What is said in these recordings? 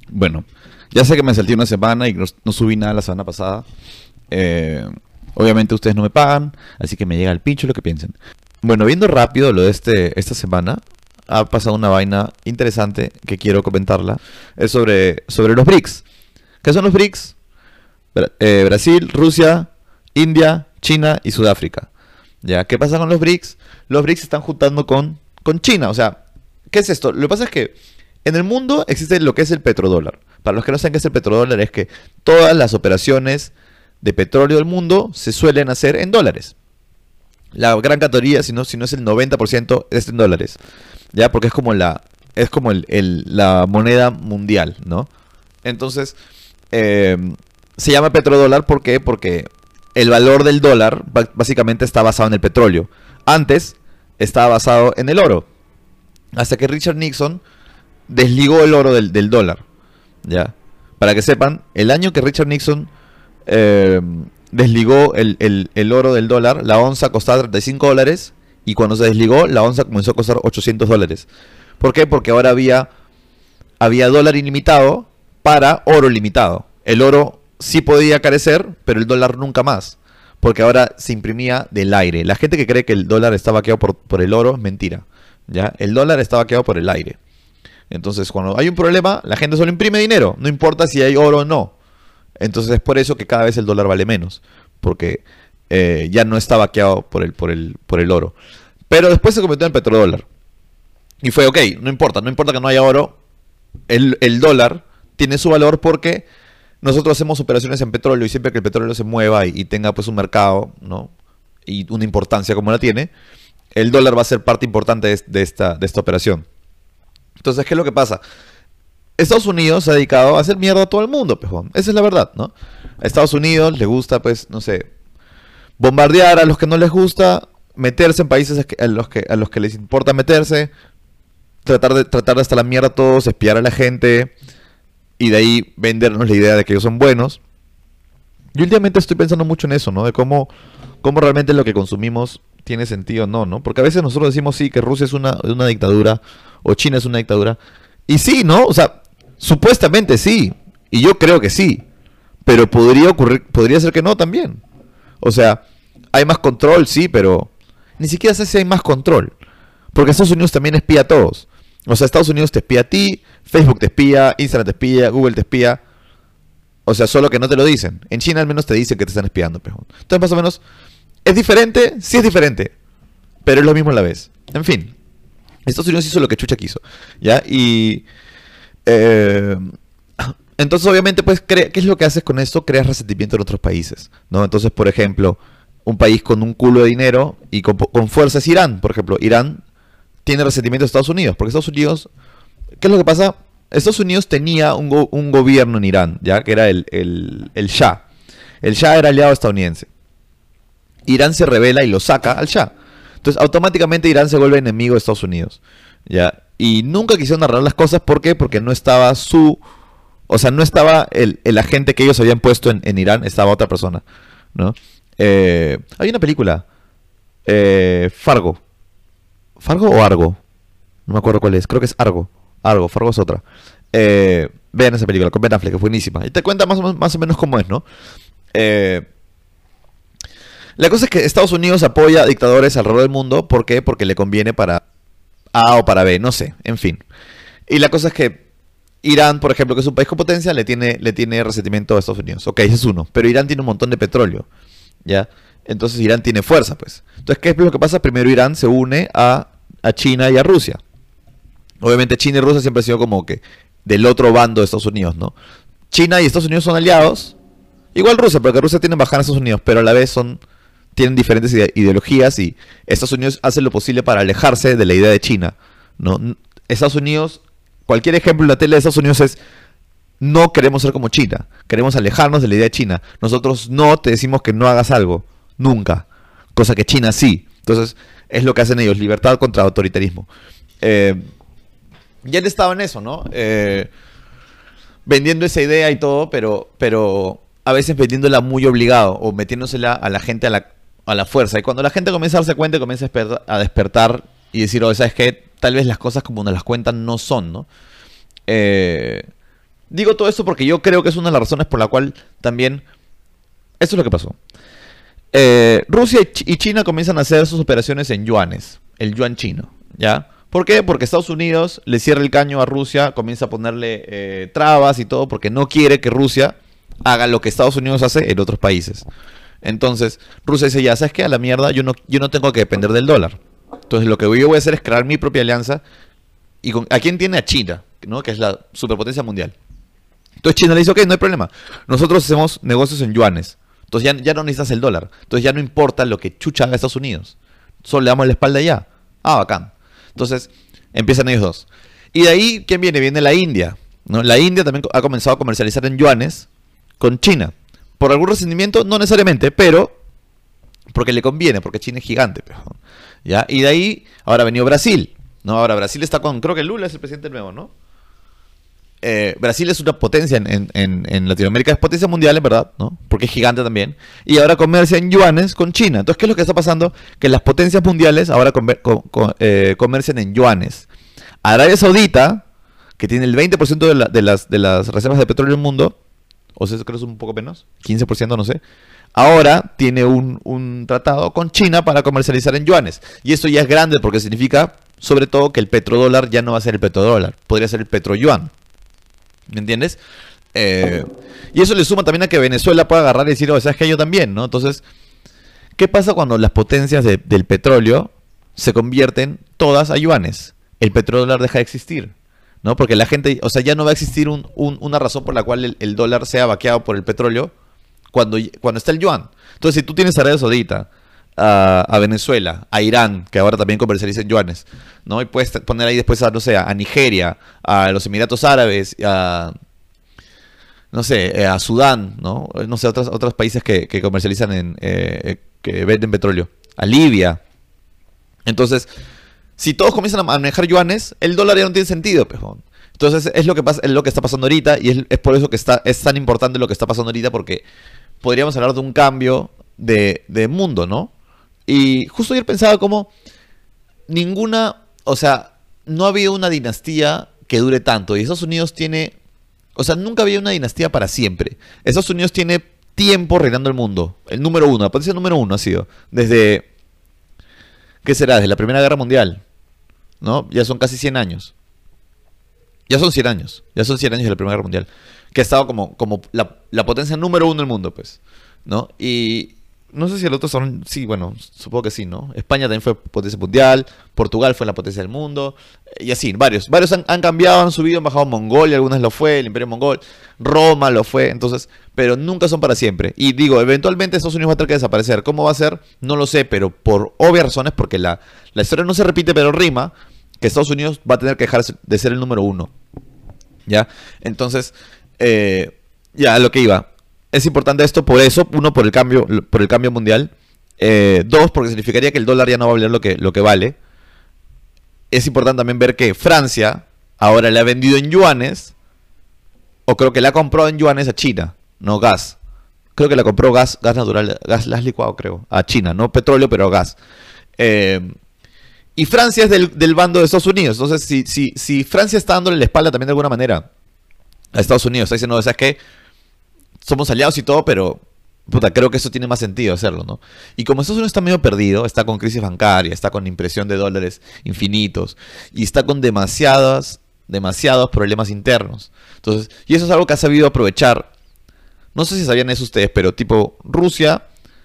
Bueno, ya sé que me salté una semana y no subí nada la semana pasada. Eh, Obviamente ustedes no me pagan, así que me llega el pincho lo que piensen. Bueno, viendo rápido lo de esta semana, ha pasado una vaina interesante que quiero comentarla. Es sobre los BRICS. ¿Qué son los BRICS? Brasil, Rusia, India, China y Sudáfrica. ¿Ya? ¿Qué pasa con los BRICS? Los BRICS se están juntando con China. O sea, ¿qué es esto? Lo que pasa es que en el mundo existe lo que es el petrodólar. Para los que no saben qué es el petrodólar, es que todas las operaciones de petróleo del mundo se suelen hacer en dólares. La gran categoría, si no es el 90%, es en dólares. ¿Ya? Porque es como la moneda mundial, ¿no? Entonces, eh, se llama petrodólar, ¿por qué? Porque el valor del dólar básicamente está basado en el petróleo. Antes estaba basado en el oro. Hasta que Richard Nixon desligó el oro del dólar. ¿Ya? Para que sepan, el año que Richard Nixon eh, desligó el oro del dólar, la onza costaba $35. Y cuando se desligó, la onza comenzó a costar $800. ¿Por qué? Porque ahora había dólar ilimitado para oro limitado. El oro sí podía carecer, pero el dólar nunca más. Porque ahora se imprimía del aire. La gente que cree que el dólar está vaqueado por el oro es mentira. ¿Ya? El dólar está vaqueado por el aire. Entonces, cuando hay un problema, la gente solo imprime dinero. No importa si hay oro o no. Entonces, es por eso que cada vez el dólar vale menos. Porque ya no está vaqueado por el oro. Pero después se convirtió en petrodólar. Y fue, ok, no importa que no haya oro. El dólar tiene su valor porque nosotros hacemos operaciones en petróleo y siempre que el petróleo se mueva y tenga pues un mercado, ¿no? Y una importancia como la tiene, el dólar va a ser parte importante de esta operación. Entonces, ¿qué es lo que pasa? Estados Unidos se ha dedicado a hacer mierda a todo el mundo, pejón. Esa es la verdad, ¿no? A Estados Unidos le gusta, pues, no sé, bombardear a los que no les gusta, meterse en países a los que les importa meterse, tratar de hasta la mierda a todos, espiar a la gente y de ahí vendernos la idea de que ellos son buenos. Y últimamente estoy pensando mucho en eso, ¿no? De cómo realmente lo que consumimos tiene sentido o no, ¿no? Porque a veces nosotros decimos sí, que Rusia es una dictadura o China es una dictadura. Y sí, ¿no? O sea, supuestamente sí. Y yo creo que sí. Pero podría ser que no también. O sea, hay más control, sí, pero ni siquiera sé si hay más control. Porque Estados Unidos también espía a todos. O sea, Estados Unidos te espía a ti, Facebook te espía, Instagram te espía, Google te espía. O sea, solo que no te lo dicen. En China al menos te dicen que te están espiando, pejo. Entonces, más o menos, ¿es diferente? Sí es diferente. Pero es lo mismo a la vez. En fin. Estados Unidos hizo lo que Chucha quiso. ¿Ya? Y... eh, entonces, obviamente, pues, ¿qué es lo que haces con esto? Creas resentimiento en otros países, ¿no? Entonces, por ejemplo, un país con un culo de dinero y con fuerza es Irán, por ejemplo. Irán tiene resentimiento de Estados Unidos, porque Estados Unidos... ¿Qué es lo que pasa? Estados Unidos tenía un gobierno en Irán, ya que era el Shah. El Shah era aliado estadounidense. Irán se rebela y lo saca al Shah. Entonces, automáticamente Irán se vuelve enemigo de Estados Unidos. ¿Ya? Y nunca quisieron arreglar las cosas. ¿Por qué? Porque no estaba o sea, no estaba el agente que ellos habían puesto en Irán, estaba otra persona, ¿no? Hay una película, Fargo. ¿Fargo o Argo? No me acuerdo cuál es, creo que es Argo. Fargo es otra. Vean esa película con Ben Affleck, que es buenísima. Y te cuenta más o menos cómo es, ¿no? Eh, la cosa es que Estados Unidos apoya a dictadores alrededor del mundo. ¿Por qué? Porque le conviene para A o para B, no sé, en fin. Y la cosa es que Irán, por ejemplo, que es un país con potencia, le tiene resentimiento a Estados Unidos. Ok, ese es uno. Pero Irán tiene un montón de petróleo, ¿ya? Entonces Irán tiene fuerza, pues. Entonces, ¿qué es lo que pasa? Primero Irán se une a China y a Rusia. Obviamente China y Rusia siempre han sido como que del otro bando de Estados Unidos, ¿no? China y Estados Unidos son aliados. Igual Rusia, porque Rusia tiene embajada en Estados Unidos, pero a la vez tienen diferentes ideologías y Estados Unidos hace lo posible para alejarse de la idea de China, ¿no? Estados Unidos, cualquier ejemplo en la tele de Estados Unidos es: no queremos ser como China, queremos alejarnos de la idea de China. Nosotros no te decimos que no hagas algo, nunca. Cosa que China sí. Entonces, es lo que hacen ellos, libertad contra autoritarismo. Y él estaba en eso, ¿no? Vendiendo esa idea y todo, pero a veces vendiéndola muy obligado o metiéndosela a la gente a la fuerza. Y cuando la gente comienza a darse cuenta, comienza a despertar y decir: oh, ¿sabes qué? Tal vez las cosas como nos las cuentan no son, ¿no? Digo todo esto porque yo creo que es una de las razones por la cual también... Esto es lo que pasó. Rusia y China comienzan a hacer sus operaciones en yuanes, el yuan chino, ¿ya? ¿Por qué? Porque Estados Unidos le cierra el caño a Rusia, comienza a ponerle trabas y todo, porque no quiere que Rusia haga lo que Estados Unidos hace en otros países. Entonces, Rusia dice, ya, ¿sabes qué? A la mierda, yo no tengo que depender del dólar. Entonces, lo que yo voy a hacer es crear mi propia alianza. ¿Y a quién tiene? A China, ¿no? Que es la superpotencia mundial. Entonces, China le dice, ok, no hay problema. Nosotros hacemos negocios en yuanes. Entonces, ya no necesitas el dólar. Entonces, ya no importa lo que chucha haga Estados Unidos. Solo le damos la espalda ya. Ah, bacán. Entonces, empiezan ellos dos. Y de ahí, ¿quién viene? Viene la India, ¿no? La India también ha comenzado a comercializar en yuanes con China. ¿Por algún resentimiento? No necesariamente, pero porque le conviene, porque China es gigante. ¿Ya? Y de ahí, ahora ha venido Brasil, ¿no? Ahora Brasil está con, creo que Lula es el presidente nuevo, ¿no? Brasil es una potencia en Latinoamérica, es potencia mundial, en verdad, ¿no? Porque es gigante también. Y ahora comercia en yuanes con China. Entonces, ¿qué es lo que está pasando? Que las potencias mundiales ahora comercian en yuanes. Arabia Saudita, que tiene el 20% de las reservas de petróleo del mundo, o sea, creo que es un poco menos, 15%, no sé. Ahora tiene un tratado con China para comercializar en yuanes. Y esto ya es grande porque significa, sobre todo, que el petrodólar ya no va a ser el petrodólar. Podría ser el petroyuan. ¿Me entiendes? Y eso le suma también a que Venezuela pueda agarrar y decir, oh, ¿sabes qué? Yo también, ¿no? Entonces, ¿qué pasa cuando las potencias del petróleo se convierten todas a yuanes? El petrodólar deja de existir, ¿no? Porque la gente, o sea, ya no va a existir una razón por la cual el dólar sea vaqueado por el petróleo cuando está el yuan. Entonces, si tú tienes a Arabia Saudita, a Venezuela, a Irán, que ahora también comercializa en yuanes, ¿no? Y puedes poner ahí después a, no sé, a Nigeria, a los Emiratos Árabes, a, no sé, a Sudán, ¿no? No sé, otros países que comercializan que venden petróleo, a Libia. Entonces, si todos comienzan a manejar yuanes, el dólar ya no tiene sentido, pejón. Entonces, es lo que pasa, es lo que está pasando ahorita, y es por eso que es tan importante lo que está pasando ahorita, porque podríamos hablar de un cambio de mundo, ¿no? Y justo ayer pensaba como o sea, no ha habido una dinastía que dure tanto. Y Estados Unidos tiene, o sea, nunca había una dinastía para siempre. Estados Unidos tiene tiempo reinando el mundo. El número uno, la potencia número uno ha sido. Desde, ¿qué será? Desde la Primera Guerra Mundial, ¿no? Ya son casi 100 años. Ya son 100 años. Ya son 100 años de la Primera Guerra Mundial. Que ha estado como la potencia número uno del mundo, pues, ¿no? Y no sé si el otro son... Sí, bueno, supongo que sí, ¿no? España también fue potencia mundial, Portugal fue la potencia del mundo, y así, varios han cambiado, han subido, han bajado. Mongolia, algunas lo fue, el Imperio Mongol, Roma lo fue, entonces, pero nunca son para siempre. Y digo, eventualmente Estados Unidos va a tener que desaparecer. ¿Cómo va a ser? No lo sé, pero por obvias razones, porque la historia no se repite, pero rima, que Estados Unidos va a tener que dejar de ser el número uno. ¿Ya? Entonces, ya, a lo que iba. Es importante esto por eso, uno, por el cambio mundial, dos, porque significaría que el dólar ya no va a valer lo que vale. Es importante también ver que Francia ahora le ha vendido en yuanes, o creo que le ha comprado en yuanes a China, no gas. Creo que le compró gas natural, gas licuado, creo, a China, no petróleo, pero gas. Y Francia es del bando de Estados Unidos. Entonces, si Francia está dándole la espalda también de alguna manera a Estados Unidos, está diciendo, ¿sabes qué? Somos aliados y todo, pero puta, creo que eso tiene más sentido hacerlo, ¿no? Y como Estados Unidos está medio perdido, está con crisis bancaria, está con impresión de dólares infinitos, y está con demasiados problemas internos. Entonces, y eso es algo que ha sabido aprovechar. No sé si sabían eso ustedes, pero tipo, Rusia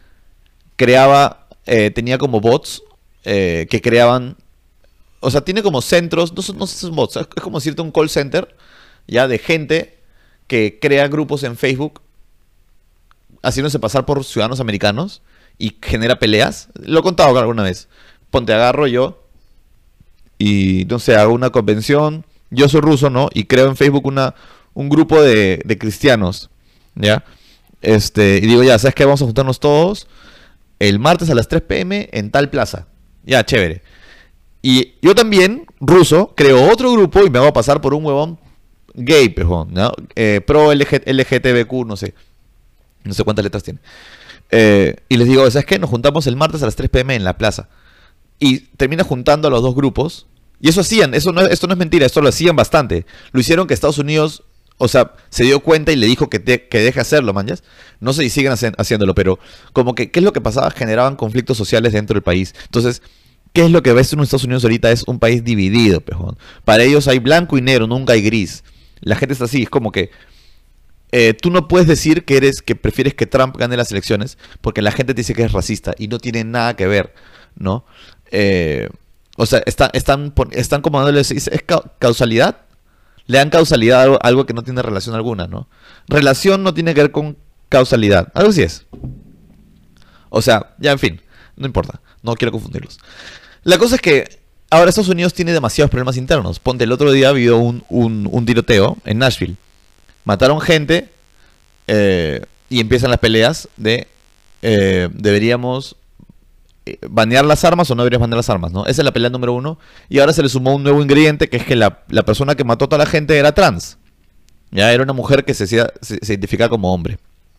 tenía como bots que creaban, o sea, tiene como centros, no sé si son bots, es como decirte un call center, ya, de gente que crea grupos en Facebook haciéndose pasar por ciudadanos americanos y genera peleas. Lo he contado alguna vez. Ponte, agarro yo y, no sé, hago una convención. Yo soy ruso, ¿no? Y creo en Facebook un grupo de cristianos, ¿ya? Y digo, ya, ¿sabes qué? Vamos a juntarnos todos el martes a las 3 p.m. en tal plaza. Ya, chévere. Y yo también, ruso, creo otro grupo y me hago pasar por un huevón gay, pejón, ¿no? Pro LGTBQ, no sé cuántas letras tiene. Y les digo, ¿sabes qué? Nos juntamos el martes a las 3 p.m. en la plaza. Y termina juntando a los dos grupos. Y eso hacían, esto no es mentira, esto lo hacían bastante. Lo hicieron que Estados Unidos O sea, se dio cuenta y le dijo que deje hacerlo, manjas. No sé si siguen haciéndolo, pero como que, ¿qué es lo que pasaba? Generaban conflictos sociales dentro del país. Entonces, ¿qué es lo que ves en Estados Unidos ahorita? Es un país dividido, pejón. Para ellos hay blanco y negro, nunca hay gris. La gente está así, es como que tú no puedes decir que prefieres que Trump gane las elecciones porque la gente te dice que es racista y no tiene nada que ver, ¿no? Eh, o sea, están como dándoles, ¿es causalidad? Le dan causalidad a algo que no tiene relación alguna, ¿no? Relación no tiene que ver con causalidad. Algo así es. O sea, ya en fin, no importa, no quiero confundirlos. La cosa es que ahora Estados Unidos tiene demasiados problemas internos. Ponte, el otro día habido un tiroteo en Nashville. Mataron gente y empiezan las peleas de deberíamos banear las armas o no deberías banear las armas, ¿no? Esa es la pelea número uno. Y ahora se le sumó un nuevo ingrediente, que es que la persona que mató a toda la gente era trans. Ya era una mujer que se identificaba como hombre.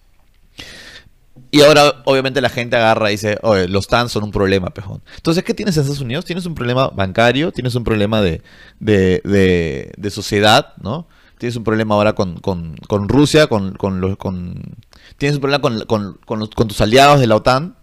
Y ahora, obviamente, la gente agarra y dice, oye, los trans son un problema, pejón. Entonces, ¿qué tienes en Estados Unidos? Tienes un problema bancario, tienes un problema de sociedad, ¿no? Tienes un problema ahora con Rusia, tienes un problema con tus aliados de la OTAN.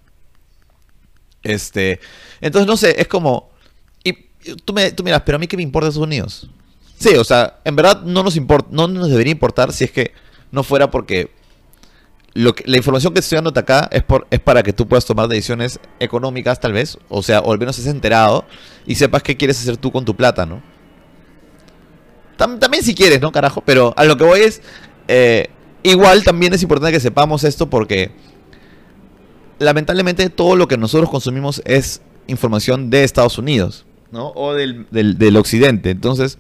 Entonces, no sé, es como... Y tú miras, pero a mí qué me importa Estados Unidos. Sí, o sea, en verdad no nos importa, no nos debería importar si es que no fuera porque la información que estoy dándote acá es para que tú puedas tomar decisiones económicas, tal vez, o sea, o al menos estés enterado y sepas qué quieres hacer tú con tu plata, ¿no? También si quieres, ¿no, carajo? Pero a lo que voy es, igual también es importante que sepamos esto porque lamentablemente todo lo que nosotros consumimos es información de Estados Unidos, ¿no? O del occidente. Entonces,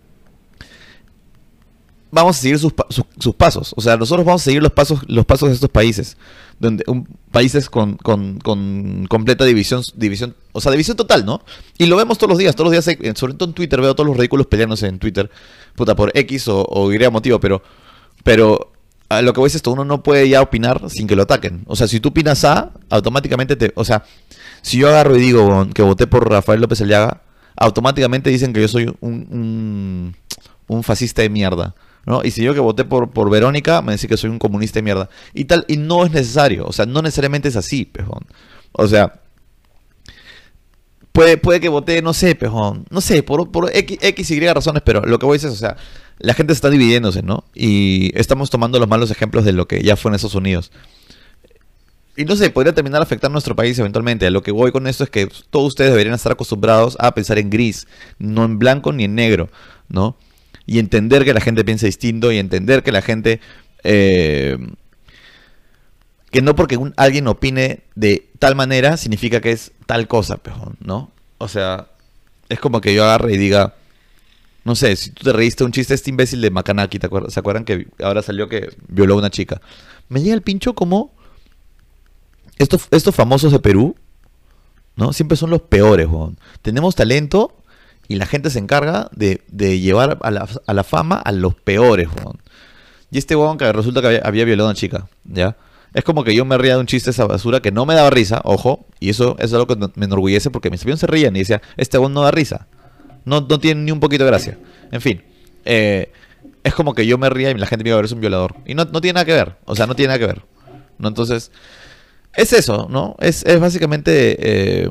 vamos a seguir sus pasos. O sea, nosotros vamos a seguir los pasos de estos países. Países con completa división, o sea, división total, ¿no? Y lo vemos todos los días, sobre todo en Twitter, veo todos los ridículos peleándose en Twitter, puta, por X o Y motivo, pero a lo que voy es esto, uno no puede ya opinar sin que lo ataquen. O sea, si tú opinas A, automáticamente o sea, si yo agarro y digo que voté por Rafael López Aliaga, automáticamente dicen que yo soy un fascista de mierda, ¿no? Y si yo que voté por Verónica, me dicen que soy un comunista de mierda. Y tal, y no es necesario, o sea, no necesariamente es así, pejón. O sea, puede que voté, no sé, pejón, no sé, por X, Y razones, pero lo que voy a decir es, o sea, la gente está dividiéndose, ¿no? Y estamos tomando los malos ejemplos de lo que ya fue en Estados Unidos. Y no sé, podría terminar afectando a nuestro país eventualmente. A lo que voy con esto es que todos ustedes deberían estar acostumbrados a pensar en gris, no en blanco ni en negro, ¿no? Y entender que la gente piensa distinto y entender que la gente... que no porque alguien opine de tal manera significa que es tal cosa, pejón, ¿no? O sea, es como que yo agarre y diga... No sé, si tú te reíste un chiste, este imbécil de Macanaki, ¿se acuerdan que ahora salió que violó a una chica? Me llega el pincho como... Estos famosos de Perú, ¿no? Siempre son los peores, weón. Tenemos talento y la gente se encarga de llevar a la fama a los peores, weón. Y este weón que resulta que había violado a una chica, ¿ya? Es como que yo me ría de un chiste de esa basura que no me daba risa, ojo, y eso es algo que me enorgullece porque mis amigos se reían y decía, este weón no da risa. No tiene ni un poquito de gracia. En fin, es como que yo me ría y la gente me iba a ver, es un violador. Y no tiene nada que ver, o sea, no tiene nada que ver, ¿no? Entonces... Es eso, ¿no? Es básicamente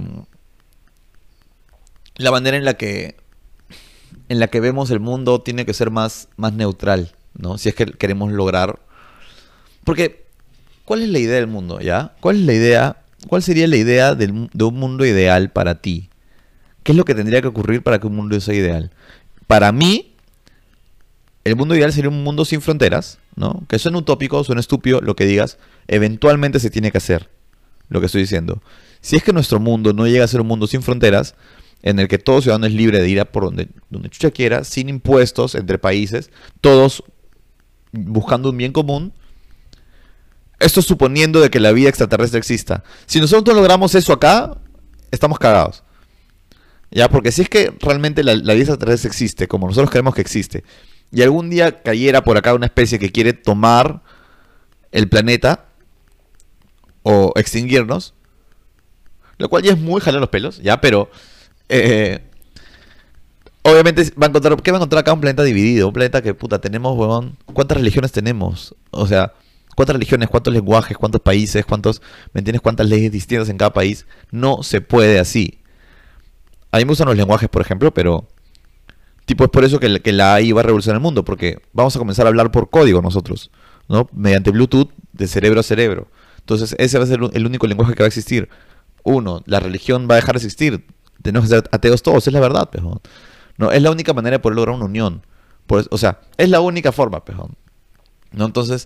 la manera en la que vemos el mundo tiene que ser más neutral, ¿no? Si es que queremos lograr... Porque, ¿cuál es la idea del mundo, ya? ¿Cuál es la idea? ¿Cuál sería la idea de un mundo ideal para ti? ¿Qué es lo que tendría que ocurrir para que un mundo sea ideal? Para mí, el mundo ideal sería un mundo sin fronteras, ¿no? Que suena utópico, suena estúpido, lo que digas, eventualmente se tiene que hacer, lo que estoy diciendo. Si es que nuestro mundo no llega a ser un mundo sin fronteras, en el que todo ciudadano es libre de ir a por donde chucha quiera, sin impuestos entre países, todos buscando un bien común, esto suponiendo de que la vida extraterrestre exista. Si nosotros logramos eso acá, estamos cagados. Ya, porque si es que realmente la vida extraterrestre existe, como nosotros creemos que existe, y algún día cayera por acá una especie que quiere tomar el planeta o extinguirnos, lo cual ya es muy jalar los pelos, ya, pero Obviamente va a encontrar, ¿qué va a encontrar acá? Un planeta dividido, un planeta que, puta, tenemos, huevón, ¿cuántas religiones tenemos? O sea, ¿cuántas religiones, cuántos lenguajes, cuántos países, cuántos, ¿me entiendes? ¿Cuántas leyes distintas en cada país? No se puede así. A mí me gustan los lenguajes, por ejemplo, pero tipo es por eso que la AI va a revolucionar el mundo, porque vamos a comenzar a hablar por código nosotros, ¿no? Mediante Bluetooth de cerebro a cerebro. Entonces ese va a ser el único lenguaje que va a existir. Uno, la religión va a dejar de existir. Tenemos que ser ateos todos, es la verdad, pejón. No, es la única manera de poder lograr una unión. O sea, es la única forma, pejón. ¿No? Entonces,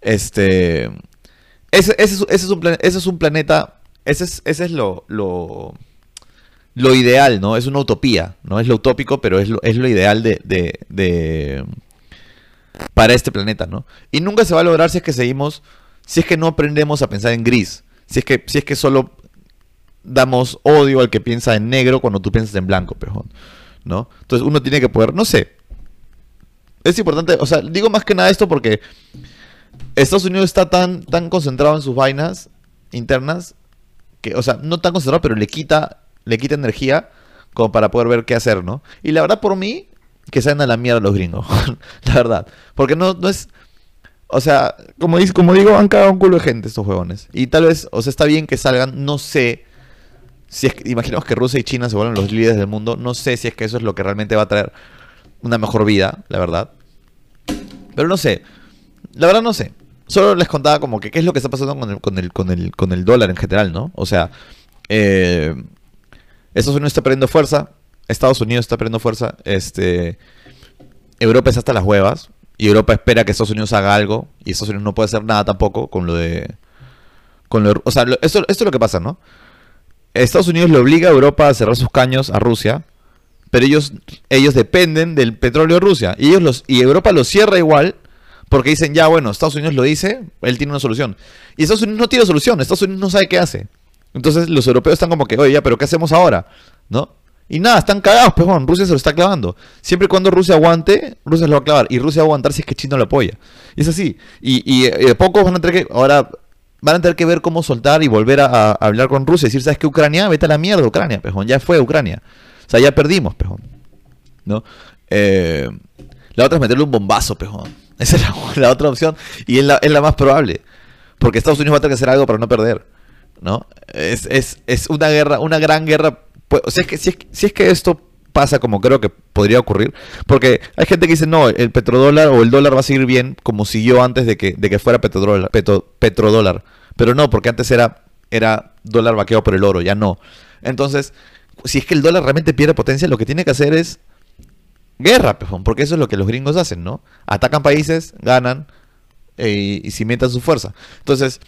ese es un planeta, ese es lo ideal, ¿no? Es una utopía, ¿no? Es lo utópico, pero es lo ideal para este planeta, ¿no? Y nunca se va a lograr si es que no aprendemos a pensar en gris, si es que solo damos odio al que piensa en negro cuando tú piensas en blanco, pejón, ¿no? Entonces uno tiene que poder, no sé, es importante, o sea, digo más que nada esto porque Estados Unidos está tan concentrado en sus vainas internas que, o sea, no tan concentrado, pero le quita energía como para poder ver qué hacer, ¿no? Y la verdad, por mí, que se a la mierda los gringos, la verdad. Porque no es, o sea, como digo, han cagado un culo de gente estos huevones. Y tal vez, o sea, está bien que salgan, no sé, si es que, imaginemos que Rusia y China se vuelven los líderes del mundo, no sé si es que eso es lo que realmente va a traer una mejor vida, la verdad. Pero no sé, la verdad no sé. Solo les contaba como que qué es lo que está pasando con el dólar en general, ¿no? O sea, Estados Unidos está perdiendo fuerza, Estados Unidos está perdiendo fuerza, Europa está hasta las huevas, y Europa espera que Estados Unidos haga algo, y Estados Unidos no puede hacer nada tampoco o sea, esto es lo que pasa, ¿no? Estados Unidos le obliga a Europa a cerrar sus caños a Rusia, pero ellos dependen del petróleo de Rusia, y Europa lo cierra igual, porque dicen, ya bueno, Estados Unidos lo dice, él tiene una solución. Y Estados Unidos no tiene solución, Estados Unidos no sabe qué hace. Entonces los europeos están como que, oye, ya, pero ¿qué hacemos ahora? ¿No? Y nada, están cagados, pejón, Rusia se lo está clavando. Siempre y cuando Rusia aguante, Rusia se lo va a clavar. Y Rusia va a aguantar si es que China lo apoya. Y es así. Y de poco ahora van a tener que ver cómo soltar y volver a hablar con Rusia y decir, ¿sabes qué? Ucrania, vete a la mierda, Ucrania, pejón, ya fue Ucrania. O sea, ya perdimos, pejón. ¿No? La otra es meterle un bombazo, pejón. Esa es la otra opción y es la más probable. Porque Estados Unidos va a tener que hacer algo para no perder, ¿no? Es una guerra, una gran guerra. Pues, o sea, si es que esto pasa como creo que podría ocurrir, porque hay gente que dice, no, el petrodólar o el dólar va a seguir bien como siguió antes de que fuera petrodólar. Pero no, porque antes era dólar vaqueado por el oro, ya no. Entonces, si es que el dólar realmente pierde potencia, lo que tiene que hacer es guerra, pejón, porque eso es lo que los gringos hacen, ¿no? Atacan países, ganan y cimentan su fuerza. Entonces,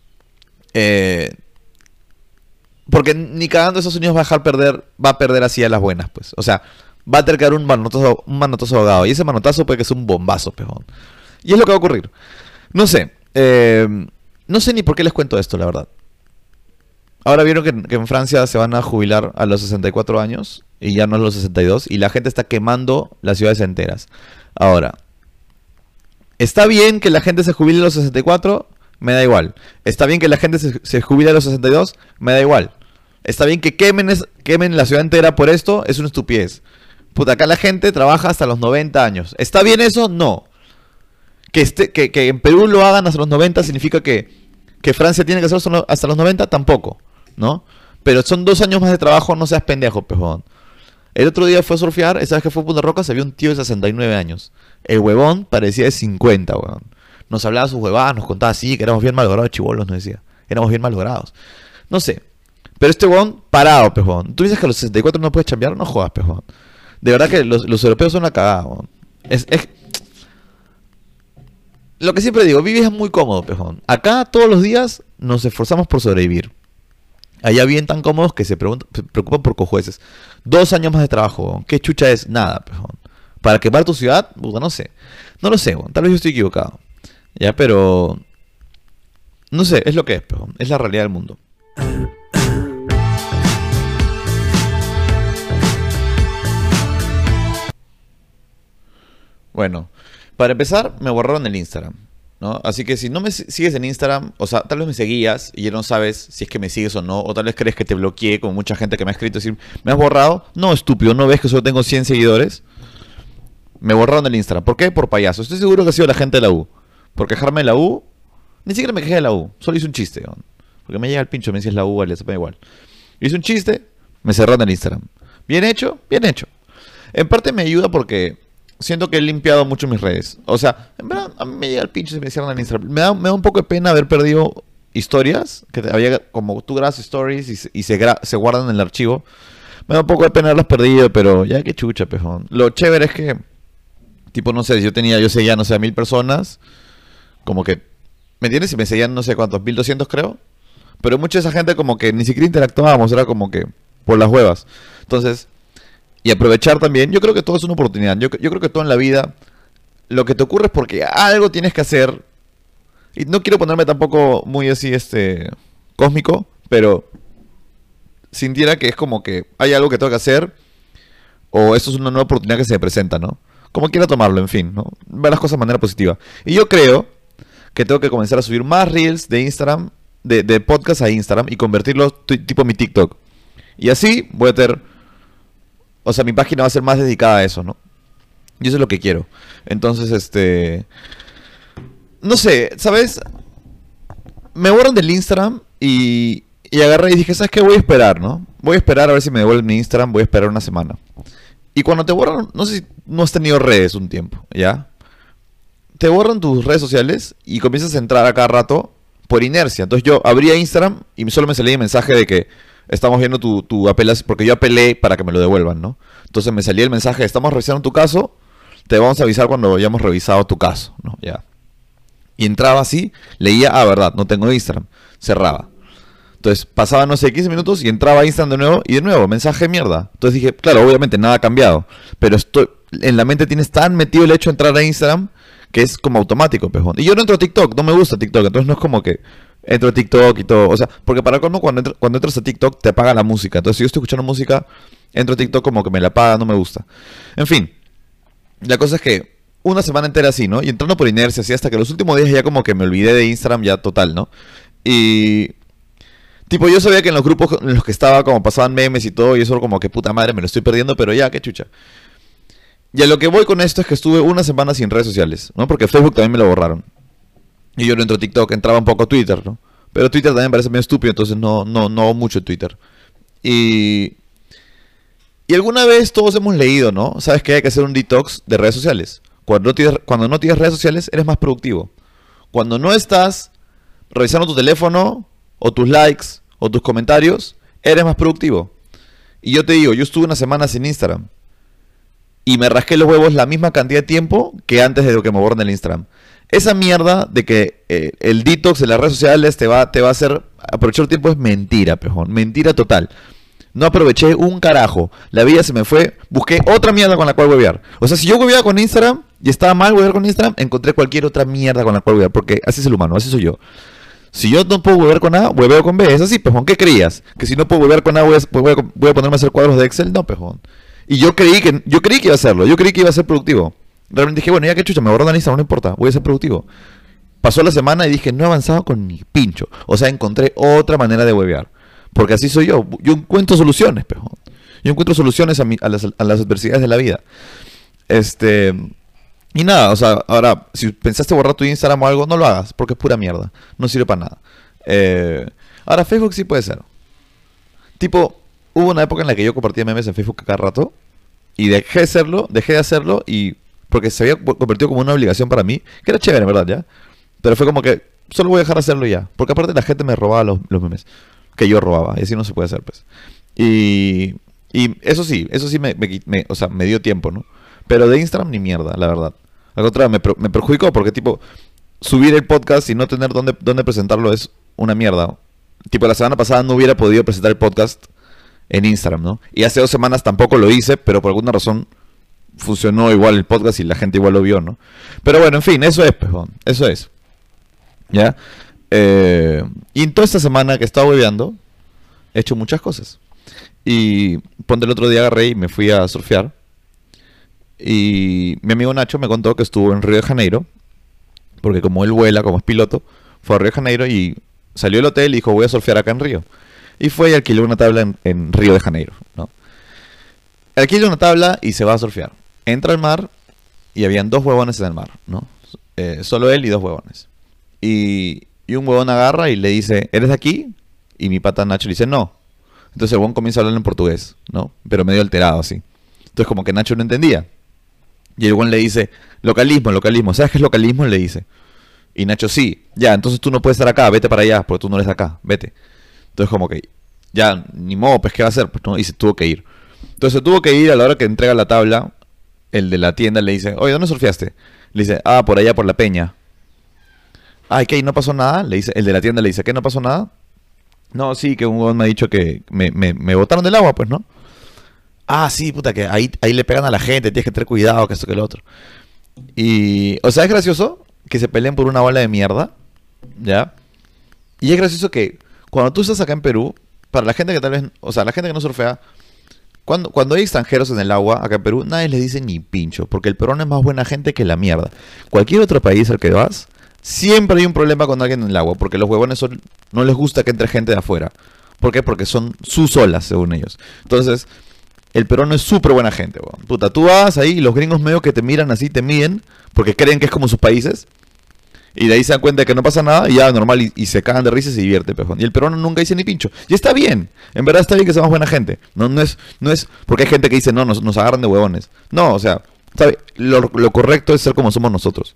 porque ni cagando Estados Unidos va a perder así a las buenas, pues. O sea, va a tener que dar un manotazo ahogado. Y ese manotazo puede que sea un bombazo, pejón. Y es lo que va a ocurrir. No sé. No sé ni por qué les cuento esto, la verdad. Ahora vieron que en Francia se van a jubilar a los 64 años y ya no a los 62 y la gente está quemando las ciudades enteras. Ahora, ¿está bien que la gente se jubile a los 64? Me da igual. ¿Está bien que la gente se jubile a los 62? Me da igual. ¿Está bien que quemen la ciudad entera por esto? Es una estupidez. Puta, acá la gente trabaja hasta los 90 años. ¿Está bien eso? No. Que en Perú lo hagan hasta los 90 significa que Francia tiene que hacerlo hasta los 90, tampoco, ¿no? Pero son 2 años más de trabajo, no seas pendejo, pejón. El otro día fue a surfear, esa vez que fue a Punta Rocas, se vio un tío de 69 años. El huevón parecía de 50, huevón. Nos hablaba sus huevadas, nos contaba así, que éramos bien mallogrados, chibolos, nos decía. Éramos bien mallogrados. No sé. Pero este huevón, parado, pejón. ¿Tú dices que a los 64 no puedes chambear? No jodas, pejón. De verdad que los europeos son una cagada, huevón. Lo que siempre digo, vivir es muy cómodo, pejón. Acá todos los días nos esforzamos por sobrevivir. Allá bien tan cómodos que se preocupan por cojueces. 2 años más de trabajo, huevón. ¿Qué chucha es? Nada, pejón. Para quemar tu ciudad, puta, no sé. No lo sé, huevón. Tal vez yo estoy equivocado. Ya, pero... no sé, es lo que es, pejón. Es la realidad del mundo. Bueno, para empezar, me borraron el Instagram. ¿no? Así que si no me sigues en Instagram, o sea, tal vez me seguías y ya no sabes si es que me sigues o no, o tal vez crees que te bloqueé, como mucha gente que me ha escrito, decir, ¿me has borrado? No, estúpido, ¿no ves que solo tengo 100 seguidores? Me borraron el Instagram. ¿Por qué? Por payaso. Estoy seguro que ha sido la gente de la U. Por quejarme de la U, ni siquiera me quejé de la U, solo hice un chiste, ¿no? Porque me llega el pincho, me dices la U, vale, se me da igual. Hice un chiste, me cerraron el Instagram. Bien hecho, bien hecho. En parte me ayuda porque siento que he limpiado mucho mis redes. O sea, en verdad, a mí me llega el pincho si me cierran el Instagram. Me da un poco de pena haber perdido historias, que había, como tú grabas stories y se guardan en el archivo. Me da un poco de pena haberlas perdido, pero ya que chucha, pejón. Lo chévere es que, tipo, no sé, si yo seguía, no sé, a 1000 personas, como que, ¿me entiendes? Si me seguían, no sé cuántos, 1200 creo. Pero mucha de esa gente como que ni siquiera interactuábamos, era como que por las huevas. Entonces, y aprovechar también, yo creo que todo es una oportunidad. Yo creo que todo en la vida, lo que te ocurre es porque algo tienes que hacer. Y no quiero ponerme tampoco muy así, cósmico, pero sintiera que es como que hay algo que tengo que hacer, o esto es una nueva oportunidad que se me presenta, ¿no? Como quiera tomarlo, en fin, ¿no? Ver las cosas de manera positiva. Y yo creo que tengo que comenzar a subir más reels de Instagram, de podcast a Instagram, y convertirlo tipo mi TikTok. Y así voy a tener, o sea, mi página va a ser más dedicada a eso, ¿no? Y eso es lo que quiero. Entonces, no sé, ¿sabes? Me borran del Instagram y agarré y dije, ¿sabes qué? Voy a esperar, ¿no? Voy a esperar a ver si me devuelven mi Instagram, voy a esperar una semana. Y cuando te borran, no sé si no has tenido redes un tiempo, ¿ya? Te borran tus redes sociales y comienzas a entrar a cada rato por inercia. Entonces yo abría Instagram y solo me salía el mensaje de que estamos viendo tu apelación, porque yo apelé para que me lo devuelvan, ¿no? Entonces me salía el mensaje, estamos revisando tu caso, te vamos a avisar cuando hayamos revisado tu caso, ¿no? Ya. Y entraba así, leía, verdad, no tengo Instagram, cerraba. Entonces pasaba, no sé, 15 minutos y entraba a Instagram de nuevo, mensaje de mierda. Entonces dije, claro, obviamente nada ha cambiado, pero en la mente tienes tan metido el hecho de entrar a Instagram que es como automático, pejón. Y yo no entro a TikTok, no me gusta TikTok, entonces no es como que entro a TikTok y todo. O sea, porque para colmo cuando entras a TikTok te apaga la música. Entonces si yo estoy escuchando música, entro a TikTok como que me la apaga, no me gusta. En fin, la cosa es que una semana entera así, ¿no? Y entrando por inercia, así hasta que los últimos días ya como que me olvidé de Instagram ya total, ¿no? Y tipo, yo sabía que en los grupos en los que estaba como pasaban memes y todo, y eso como que puta madre, me lo estoy perdiendo, pero ya, qué chucha. Y a lo que voy con esto es que estuve una semana sin redes sociales, ¿no? Porque Facebook también me lo borraron. Y yo no entro a TikTok, entraba un poco a Twitter, ¿no? Pero Twitter también me parece medio estúpido, entonces no hago mucho Twitter. Y, y alguna vez todos hemos leído, ¿no? Sabes que hay que hacer un detox de redes sociales. Cuando no tienes redes sociales, eres más productivo. Cuando no estás revisando tu teléfono, o tus likes, o tus comentarios, eres más productivo. Y yo te digo, yo estuve una semana sin Instagram. Y me rasqué los huevos la misma cantidad de tiempo que antes de que me borren el Instagram. Esa mierda de que el detox de las redes sociales te va a hacer aprovechar el tiempo es mentira, pejón. Mentira total. No aproveché un carajo. La vida se me fue. Busqué otra mierda con la cual huevear. O sea, si yo hueveaba con Instagram y estaba mal huevear con Instagram, encontré cualquier otra mierda con la cual huevear. Porque así es el humano, así soy yo. Si yo no puedo huevear con A, hueveo con B. Es así, pejón. ¿Qué creías? ¿Que si no puedo huevear con A voy a ponerme a hacer cuadros de Excel? No, pejón. Y yo creí que iba a hacerlo. Yo creí que iba a ser productivo. Realmente dije, bueno, ya que chucha, me borró la Instagram, no importa. Voy a ser productivo. Pasó la semana y dije, no he avanzado con mi pincho. O sea, encontré otra manera de huevear. Porque así soy yo. Yo encuentro soluciones, pejón. Yo encuentro soluciones a las adversidades de la vida. Y nada, o sea, ahora, si pensaste borrar tu Instagram o algo, no lo hagas, porque es pura mierda. No sirve para nada. Ahora, Facebook sí puede ser. Tipo, hubo una época en la que yo compartía memes en Facebook cada rato. Y dejé de hacerlo y porque se había convertido como una obligación para mí, que era chévere, en verdad, ¿ya? Pero fue como que solo voy a dejar de hacerlo ya. Porque aparte la gente me robaba los memes que yo robaba. Y así no se puede hacer, pues. Y eso sí o sea, me dio tiempo, ¿no? Pero de Instagram ni mierda, la verdad. Al contrario, me perjudicó porque, tipo, subir el podcast y no tener dónde presentarlo es una mierda. Tipo, la semana pasada no hubiera podido presentar el podcast en Instagram, ¿no? Y hace 2 semanas tampoco lo hice, pero por alguna razón funcionó igual el podcast y la gente igual lo vio, ¿no? Pero bueno, en fin, eso es, pejón. Eso es. ¿Ya? Y en toda esta semana que he estado hueveando, he hecho muchas cosas. Y ponte el otro día agarré y me fui a surfear. Y mi amigo Nacho me contó que estuvo en Río de Janeiro porque como él vuela, como es piloto, fue a Río de Janeiro y salió del hotel y dijo, voy a surfear acá en Río. Y fue y alquiló una tabla en Río de Janeiro, ¿no? Alquila una tabla y se va a surfear. Entra al mar y habían 2 huevones en el mar, ¿no? Solo él y 2 huevones. Y un huevón agarra y le dice, ¿eres de aquí? Y mi pata Nacho le dice, no. Entonces el huevón comienza a hablar en portugués, ¿no? Pero medio alterado, así. Entonces como que Nacho no entendía. Y el huevón le dice, localismo, localismo. ¿Sabes qué es localismo? Le dice. Y Nacho, sí. Ya, entonces tú no puedes estar acá, vete para allá, porque tú no eres de acá, vete. Entonces como que, ya, ni modo, pues ¿qué va a hacer? Pues no, y se tuvo que ir. Entonces tuvo que ir. A la hora que entrega la tabla, el de la tienda le dice, oye, ¿dónde surfeaste? Le dice, ah, por allá, por la peña. Ay, ¿qué? ¿Y no pasó nada? Le dice, el de la tienda le dice, ¿qué? ¿No pasó nada? No, sí, que un huevón me ha dicho que me botaron del agua, pues, ¿no? Ah, sí, puta, que ahí le pegan a la gente, tienes que tener cuidado, que esto, que lo otro. Y, o sea, es gracioso que se peleen por una bola de mierda, ¿ya? Y es gracioso que cuando tú estás acá en Perú, para la gente que tal vez, o sea, la gente que no surfea, cuando hay extranjeros en el agua, acá en Perú, nadie les dice ni pincho, porque el peruano es más buena gente que la mierda. Cualquier otro país al que vas, siempre hay un problema con alguien en el agua, porque los huevones no les gusta que entre gente de afuera. ¿Por qué? Porque son sus olas, según ellos. Entonces, el peruano es súper buena gente, weón. Puta, tú vas ahí y los gringos medio que te miran así, te miden, porque creen que es como sus países. Y de ahí se dan cuenta de que no pasa nada y ya normal y se cagan de risa y se divierte, pejón. Y el peruano nunca dice ni pincho. Y está bien, en verdad está bien que seamos buena gente. No es porque hay gente que dice, no, nos agarran de huevones. No, o sea, ¿sabe? Lo correcto es ser como somos nosotros.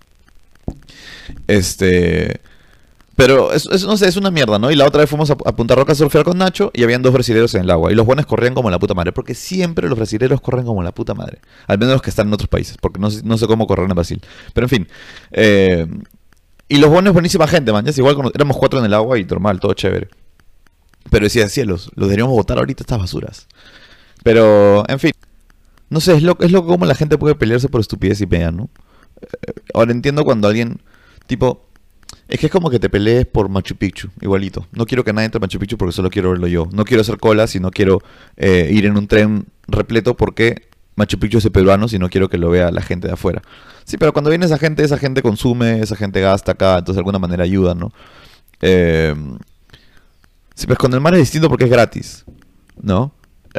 Pero no sé, es una mierda, ¿no? Y la otra vez fuimos a Punta Roca a surfear con Nacho y habían 2 brasileros en el agua. Y los buenos corrían como la puta madre. Porque siempre los brasileros corren como la puta madre. Al menos los que están en otros países. Porque no sé cómo correr en Brasil. Pero en fin. Y los buenos, buenísima gente, man. Ya es igual, éramos 4 en el agua y normal, todo chévere. Pero decía, cielos, los deberíamos botar ahorita estas basuras. Pero, en fin. No sé, es loco como la gente puede pelearse por estupidez y media, ¿no? Ahora entiendo cuando alguien, tipo, es que es como que te pelees por Machu Picchu, igualito. No quiero que nadie entre a Machu Picchu porque solo quiero verlo yo. No quiero hacer colas y no quiero ir en un tren repleto porque Machu Picchu es de peruanos y no quiero que lo vea la gente de afuera. Sí, pero cuando viene esa gente consume, esa gente gasta acá, entonces de alguna manera ayuda, ¿no? Eh, sí, pues con el mar es distinto porque es gratis, ¿no?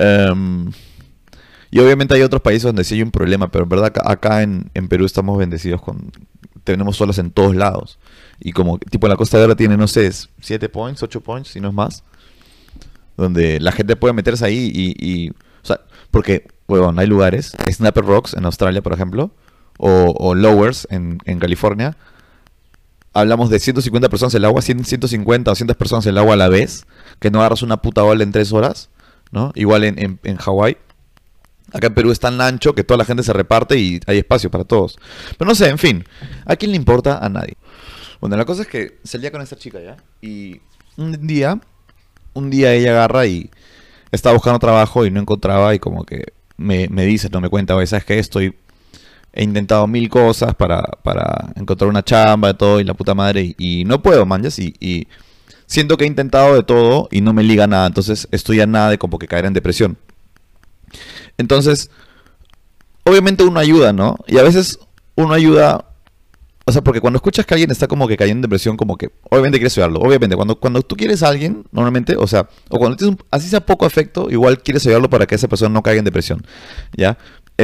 Y obviamente hay otros países donde sí hay un problema, pero en verdad acá en Perú estamos bendecidos tenemos olas en todos lados. Y como tipo en la Costa de Oro tiene, no sé, 7 points, 8 points, si no es más. Donde la gente puede meterse ahí o sea, porque, bueno, hay lugares, Snapper Rocks en Australia, por ejemplo, o Lowers en California. Hablamos de 150 personas en el agua, 150 o 200 personas en el agua a la vez, que no agarras una puta ola en 3 horas, ¿no? Igual en Hawái. Acá en Perú es tan ancho que toda la gente se reparte y hay espacio para todos. Pero no sé, en fin, ¿a quién le importa? A nadie. Bueno, la cosa es que salía con esta chica ya. Y un día ella agarra y estaba buscando trabajo y no encontraba y como que me dice, no me cuenta, oye, ¿sabes qué? He intentado 1000 cosas para encontrar una chamba y todo y la puta madre y no puedo, man, y siento que he intentado de todo y no me liga nada, entonces estoy a nada de como que caer en depresión. Entonces, obviamente uno ayuda, ¿no? Y a veces uno ayuda, o sea, porque cuando escuchas que alguien está como que cayendo en depresión, como que obviamente quieres ayudarlo. Obviamente, cuando tú quieres a alguien, normalmente, o sea, o cuando tienes así sea poco afecto, igual quieres ayudarlo para que esa persona no caiga en depresión, ¿ya?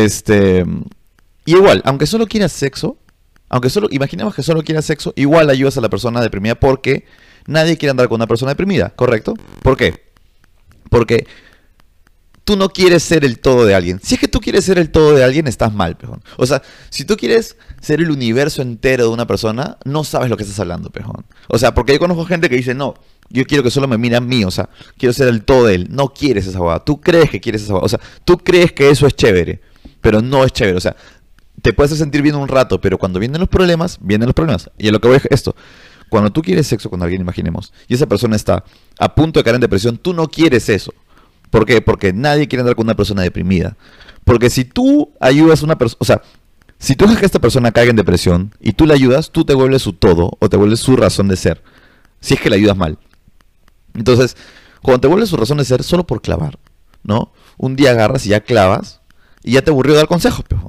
Y igual, aunque solo quieras sexo, imaginemos que solo quieras sexo, igual ayudas a la persona deprimida porque nadie quiere andar con una persona deprimida, ¿correcto? ¿Por qué? Porque tú no quieres ser el todo de alguien. Si es que tú quieres ser el todo de alguien, estás mal, pejón. O sea, si tú quieres ser el universo entero de una persona, no sabes lo que estás hablando, pejón. O sea, porque yo conozco gente que dice, no, yo quiero que solo me mire a mí, o sea, quiero ser el todo de él. No quieres esa abogada. Tú crees que quieres esa abogada. O sea, tú crees que eso es chévere, pero no es chévere. O sea, te puedes sentir bien un rato, pero cuando vienen los problemas, vienen los problemas. Y a lo que voy es esto. Cuando tú quieres sexo con alguien, imaginemos, y esa persona está a punto de caer en depresión, tú no quieres eso. ¿Por qué? Porque nadie quiere andar con una persona deprimida. Porque si tú ayudas a una persona, o sea, si tú dejas que esta persona caiga en depresión y tú le ayudas, tú te vuelves su todo o te vuelves su razón de ser. Si es que le ayudas mal. Entonces, cuando te vuelves su razón de ser, solo por clavar, ¿no? Un día agarras y ya clavas y ya te aburrió dar consejos, pejón.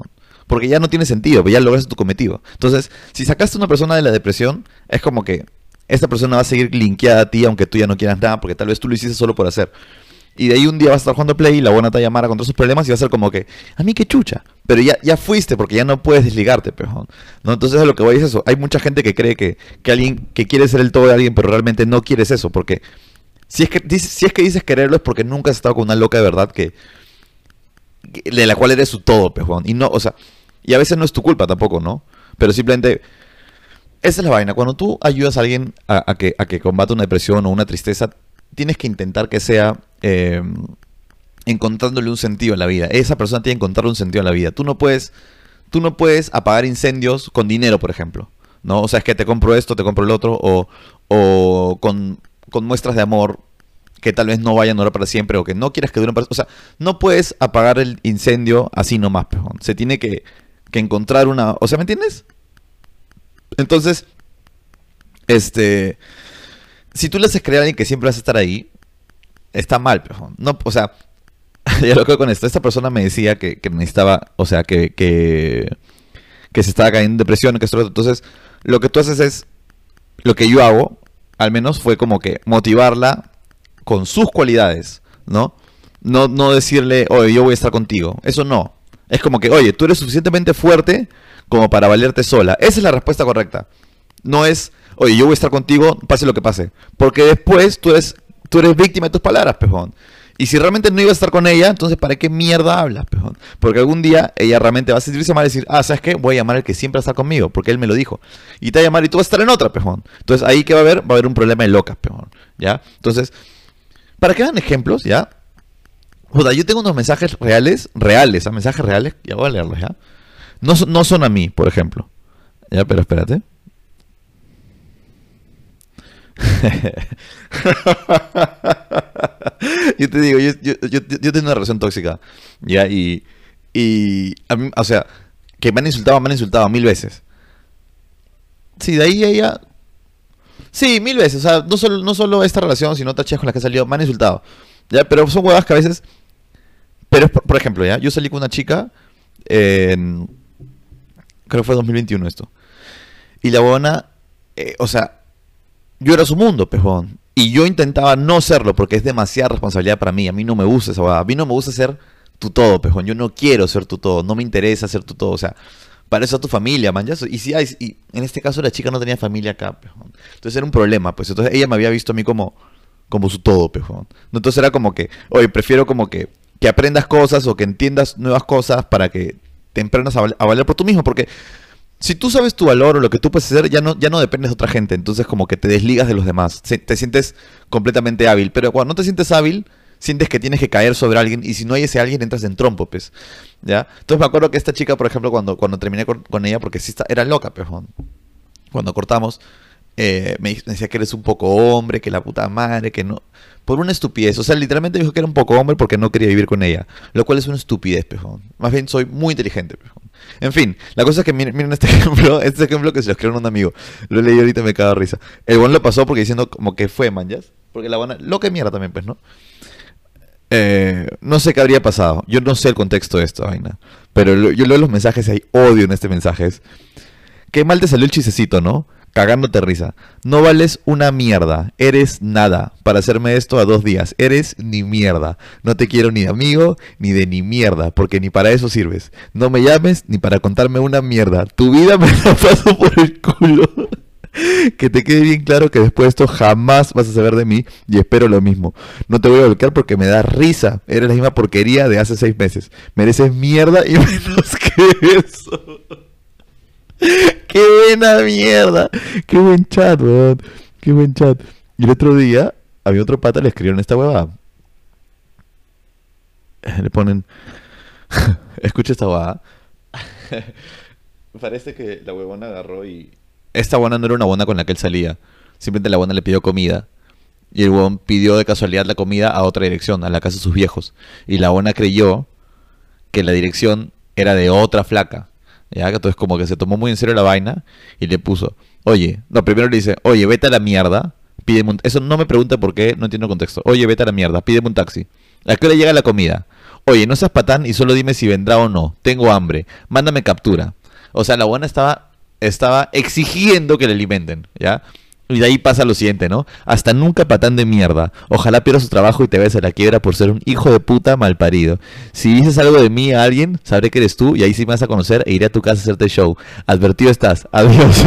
porque ya no tiene sentido, pues ya lograste tu cometido. Entonces, si sacaste a una persona de la depresión, es como que esta persona va a seguir linkeada a ti aunque tú ya no quieras nada, porque tal vez tú lo hiciste solo por hacer. Y de ahí un día vas a estar jugando Play y la buena te va a llamar a contar sus problemas y va a ser como que, a mí qué chucha. Pero ya fuiste porque ya no puedes desligarte, pejón. ¿No? Entonces a lo que voy es eso. Hay mucha gente que cree que alguien que quiere ser el todo de alguien, pero realmente no quieres eso. Porque si es que dices quererlo es porque nunca has estado con una loca de verdad de la cual eres su todo, pejón. Y no, o sea, y a veces no es tu culpa tampoco, ¿no? Pero simplemente, esa es la vaina. Cuando tú ayudas a alguien a que combate una depresión o una tristeza, tienes que intentar que sea encontrándole un sentido a la vida. Esa persona tiene que encontrarle un sentido a la vida. Tú no puedes apagar incendios con dinero, por ejemplo, ¿no? O sea, es que te compro esto, te compro el otro, o con muestras de amor que tal vez no vayan a durar para siempre o que no quieras que duren para... O sea, no puedes apagar el incendio así nomás, pejón. Se tiene que encontrar una... O sea, ¿me entiendes? Entonces, si tú le haces creer a alguien que siempre vas a estar ahí, está mal, pejón. No, o sea, ya lo que con esto. Esta persona me decía que necesitaba, o sea, que se estaba cayendo en depresión, que esto, entonces, lo que tú haces es, lo que yo hago, al menos, fue como que motivarla con sus cualidades, ¿no? No decirle, oye, yo voy a estar contigo. Eso no. Es como que, oye, tú eres suficientemente fuerte como para valerte sola. Esa es la respuesta correcta. No es, oye, yo voy a estar contigo, pase lo que pase. Porque después tú eres víctima de tus palabras, pejón. Y si realmente no ibas a estar con ella, entonces ¿para qué mierda hablas, pejón? Porque algún día ella realmente va a sentirse mal y decir, ¿sabes qué? Voy a llamar al que siempre está conmigo, porque él me lo dijo. Y te va a llamar y tú vas a estar en otra, pejón. Entonces ahí ¿qué va a haber? Va a haber un problema de locas, pejón. ¿Ya? Entonces, para que hagan ejemplos, ¿ya? Joder, yo tengo unos mensajes reales, mensajes reales, ya voy a leerlos, ¿ya? No son a mí, por ejemplo. Ya, pero espérate. Yo te digo, yo tengo una relación tóxica, ¿ya? Y a mí, o sea, que me han insultado 1000 veces. Sí, de ahí ella... Sí, 1000 veces, o sea, no solo esta relación, sino otras chicas con las que he salido, me han insultado. ¿Ya? Pero son huevas que a veces... Pero es, por ejemplo, ¿ya? Yo salí con una chica en... Creo que fue 2021 esto. Y la huevona, o sea, yo era su mundo, pejón. Y yo intentaba no serlo porque es demasiada responsabilidad para mí. A mí no me gusta esa huevada. A mí no me gusta ser tu todo, pejón. Yo no quiero ser tu todo. No me interesa ser tu todo. O sea, para eso es tu familia, man. Y en este caso la chica no tenía familia acá, pejón. Entonces era un problema, pues. Entonces ella me había visto a mí como su todo, pejón. Entonces era como que, oye, prefiero como que aprendas cosas o que entiendas nuevas cosas para que te emprendas a valer por tú mismo. Porque si tú sabes tu valor o lo que tú puedes hacer, ya no dependes de otra gente. Entonces como que te desligas de los demás. Te sientes completamente hábil. Pero cuando no te sientes hábil, sientes que tienes que caer sobre alguien. Y si no hay ese alguien, entras en trompo, pues. ¿Ya? Entonces me acuerdo que esta chica, por ejemplo, cuando terminé con ella, porque sí era loca, pejón. Cuando cortamos, me decía que eres un poco hombre, que la puta madre, que no... Por una estupidez. O sea, literalmente dijo que era un poco hombre porque no quería vivir con ella. Lo cual es una estupidez, pejón. Más bien soy muy inteligente, pejón. En fin, la cosa es que miren este ejemplo que se lo escribió a un amigo. Lo leí ahorita y me cago de risa. El buen lo pasó porque diciendo como que fue, man, ¿ya? Porque la buena... Lo que mierda también, pues, ¿no? No sé qué habría pasado. Yo no sé el contexto de esta vaina. Pero yo leo los mensajes y hay odio en este mensaje. Qué mal te salió el chisecito, ¿no? Cagándote risa. No vales una mierda. Eres nada. Para hacerme esto a 2 días. Eres ni mierda. No te quiero ni de amigo, ni de ni mierda. Porque ni para eso sirves. No me llames ni para contarme una mierda. Tu vida me la paso por el culo. Que te quede bien claro que después de esto jamás vas a saber de mí. Y espero lo mismo. No te voy a bloquear porque me da risa. Eres la misma porquería de hace 6 meses. Mereces mierda y menos que eso. ¡Qué buena mierda! ¡Qué buen chat, weón! ¡Qué buen chat! Y el otro día, había otro pata, le escribieron esta huevada. Le ponen... Escucha esta huevada. Parece que la huevona agarró y... Esta huevona no era una huevona con la que él salía. Simplemente la huevona le pidió comida. Y el huevón pidió de casualidad la comida a otra dirección, a la casa de sus viejos. Y la huevona creyó que la dirección era de otra flaca. Ya, entonces como que se tomó muy en serio la vaina y le puso, oye, no, primero le dice, oye, vete a la mierda, eso no me pregunta por qué, no entiendo el contexto, oye, vete a la mierda, pídeme un taxi, ¿a qué hora llega la comida? Oye, no seas patán y solo dime si vendrá o no. Tengo hambre. Mándame captura. O sea, la buena estaba exigiendo que le alimenten, ¿ya? Y de ahí pasa lo siguiente, ¿no? Hasta nunca, patán de mierda. Ojalá pierda su trabajo y te vayas a la quiebra por ser un hijo de puta malparido. Si dices algo de mí a alguien, sabré que eres tú y ahí sí me vas a conocer e iré a tu casa a hacerte show. Advertido estás. Adiós.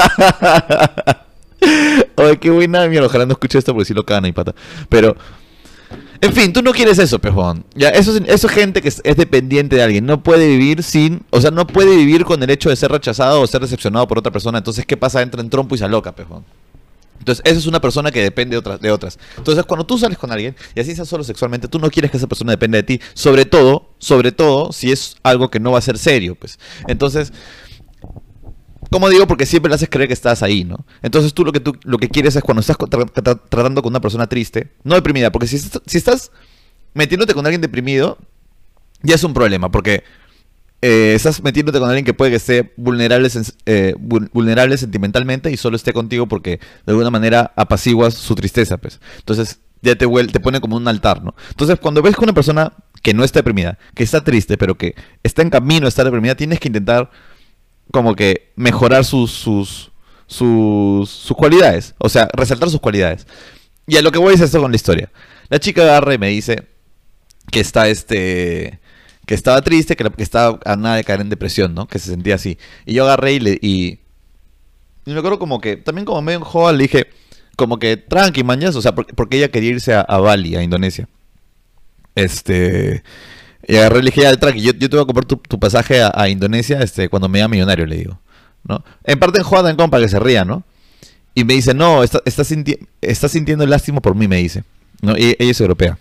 Oye, qué buena mierda. Ojalá no escuche esto porque si lo cagan ahí, pata. Pero, en fin, tú no quieres eso, pejón. Ya, eso es gente que es dependiente de alguien. No puede vivir sin... O sea, no puede vivir con el hecho de ser rechazado o ser decepcionado por otra persona. Entonces, ¿qué pasa? Entra en trompo y se aloca, pejón. Entonces, esa es una persona que depende de otras. Entonces, cuando tú sales con alguien, y así seas solo sexualmente, tú no quieres que esa persona dependa de ti. Sobre todo, si es algo que no va a ser serio, pues. Entonces, como digo, porque siempre le haces creer que estás ahí, ¿no? Entonces, lo que quieres es cuando estás tratando con una persona triste, no deprimida, porque si estás metiéndote con alguien deprimido, ya es un problema, porque estás metiéndote con alguien que puede que esté vulnerable sentimentalmente y solo esté contigo porque de alguna manera apaciguas su tristeza, pues. Entonces ya te pone como un altar, ¿no? Entonces cuando ves con una persona que no está deprimida, que está triste, pero que está en camino a estar deprimida, tienes que intentar como que mejorar sus cualidades, o sea, resaltar sus cualidades. Y a lo que voy es esto con la historia. La chica agarra y me dice que que estaba triste, que estaba a nada de caer en depresión, ¿no? Que se sentía así. Y yo agarré y me acuerdo como que, también como medio en joda, le dije, como que tranqui, mañas, o sea, porque ella quería irse a Bali, a Indonesia. Y agarré y le dije, ya, tranqui, yo te voy a comprar tu pasaje a Indonesia, cuando me haga millonario, le digo, ¿no? En parte en joda, también como para que se ría, ¿no? Y me dice, no, está sintiendo lástima por mí, me dice, ¿no? Y ella es europea.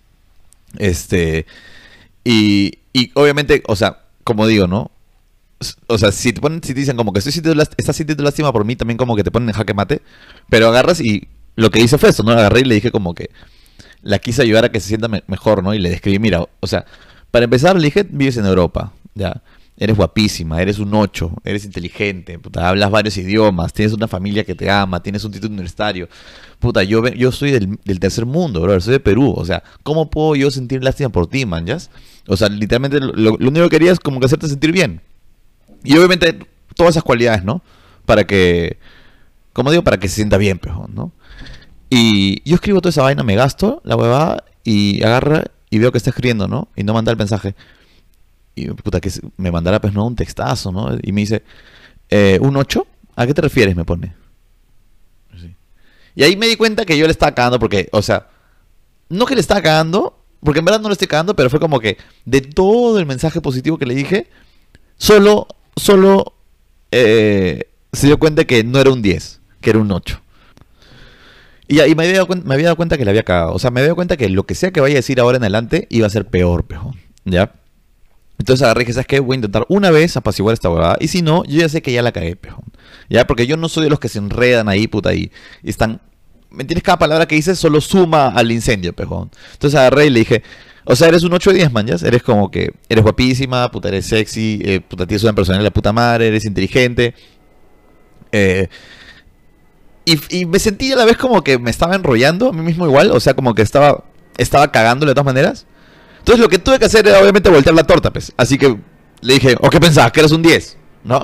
Y obviamente, o sea, como digo, ¿no? O sea, si te dicen como que estás sintiendo lástima por mí, también como que te ponen en jaque mate. Pero agarras y lo que hice fue esto, ¿no? Agarré y le dije como que la quise ayudar a que se sienta mejor, ¿no? Y le describí, mira, o sea, para empezar le dije, vives en Europa, ya. Eres guapísima, eres un 8, eres inteligente, puta, hablas varios idiomas, tienes una familia que te ama, tienes un título universitario. Puta, yo soy del tercer mundo, bro, soy de Perú. O sea, ¿cómo puedo yo sentir lástima por ti, man? ¿Ya? O sea, literalmente lo único que quería es como que hacerte sentir bien. Y obviamente todas esas cualidades, ¿no? Para que, como digo, para que se sienta bien, pejón, ¿no? Y yo escribo toda esa vaina, me gasto la huevada y agarra y veo que está escribiendo, ¿no? Y no manda el mensaje. Y puta, que me mandará pues no un textazo, ¿no? Y me dice, ¿un 8? ¿A qué te refieres? Me pone. Sí. Y ahí me di cuenta que yo le estaba cagando porque, o sea, no que le estaba cagando, porque en verdad no le estoy cagando, pero fue como que de todo el mensaje positivo que le dije, solo se dio cuenta que no era un 10, que era un 8. Y me había dado cuenta que le había cagado. O sea, me había dado cuenta que lo que sea que vaya a decir ahora en adelante iba a ser peor, pejón. ¿Ya? Entonces agarré y dije, ¿sabes qué? Voy a intentar una vez apaciguar esta huevada. Y si no, yo ya sé que ya la cagué, pejón. ¿Ya? Porque yo no soy de los que se enredan ahí, puta, y están... ¿Me entiendes? Cada palabra que dices solo suma al incendio, pejón. Entonces agarré y le dije, o sea, eres un 8 de 10, man, ¿ya? Eres como que... Eres guapísima, puta, eres sexy, puta, tienes una personalidad de la puta madre, eres inteligente. Y me sentí a la vez como que me estaba enrollando a mí mismo igual. O sea, como que estaba cagándole de todas maneras. Entonces lo que tuve que hacer era obviamente voltear la torta, pues. Así que le dije, ¿o qué pensabas? ¿Que eres un 10? ¿No?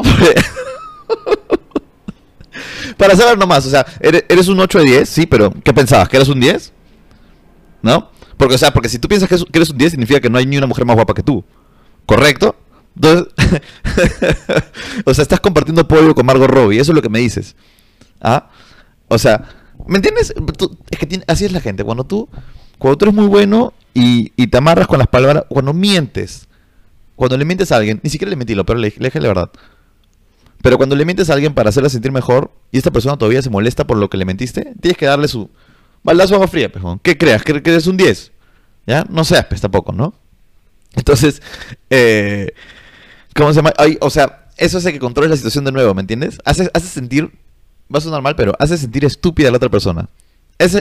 Para saber nomás, o sea, eres un 8 de 10, sí, pero ¿qué pensabas? ¿Que eres un 10? ¿No? Porque, o sea, porque si tú piensas que eres un 10 significa que no hay ni una mujer más guapa que tú. ¿Correcto? Entonces, o sea, estás compartiendo pollo con Margot Robbie, eso es lo que me dices. ¿Ah? O sea, ¿me entiendes? Es que así es la gente, cuando tú eres muy bueno y te amarras con las palabras, cuando le mientes a alguien, ni siquiera le mentilo, pero le dije la verdad. Pero cuando le mientes a alguien para hacerla sentir mejor y esta persona todavía se molesta por lo que le mentiste, tienes que darle su baldazo de agua fría, pejón. ¿Qué creas? ¿Que eres un 10? ¿Ya? No seas, pues tampoco, ¿no? Entonces, ¿cómo se llama? Ay, o sea, eso hace que controles la situación de nuevo, ¿me entiendes? Hace sentir, va a sonar mal, pero hace sentir estúpida a la otra persona. Esa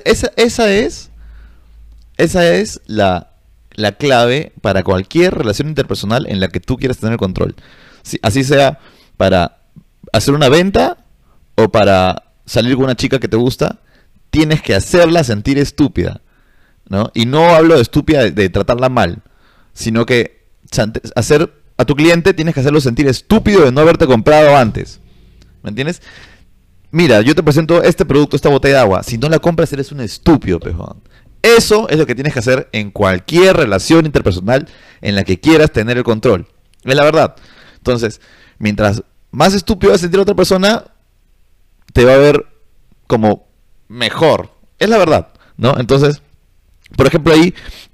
es la clave para cualquier relación interpersonal en la que tú quieras tener control. Así sea para hacer una venta o para salir con una chica que te gusta, tienes que hacerla sentir estúpida, ¿no? Y no hablo de estúpida de tratarla mal, sino que hacer a tu cliente tienes que hacerlo sentir estúpido de no haberte comprado antes. ¿Me entiendes? Mira, yo te presento este producto, esta botella de agua. Si no la compras, eres un estúpido, pejón. Eso es lo que tienes que hacer en cualquier relación interpersonal en la que quieras tener el control. Es la verdad. Entonces, mientras más estúpido va a sentir otra persona, te va a ver como mejor. Es la verdad, ¿no? Entonces, por ejemplo, ahí,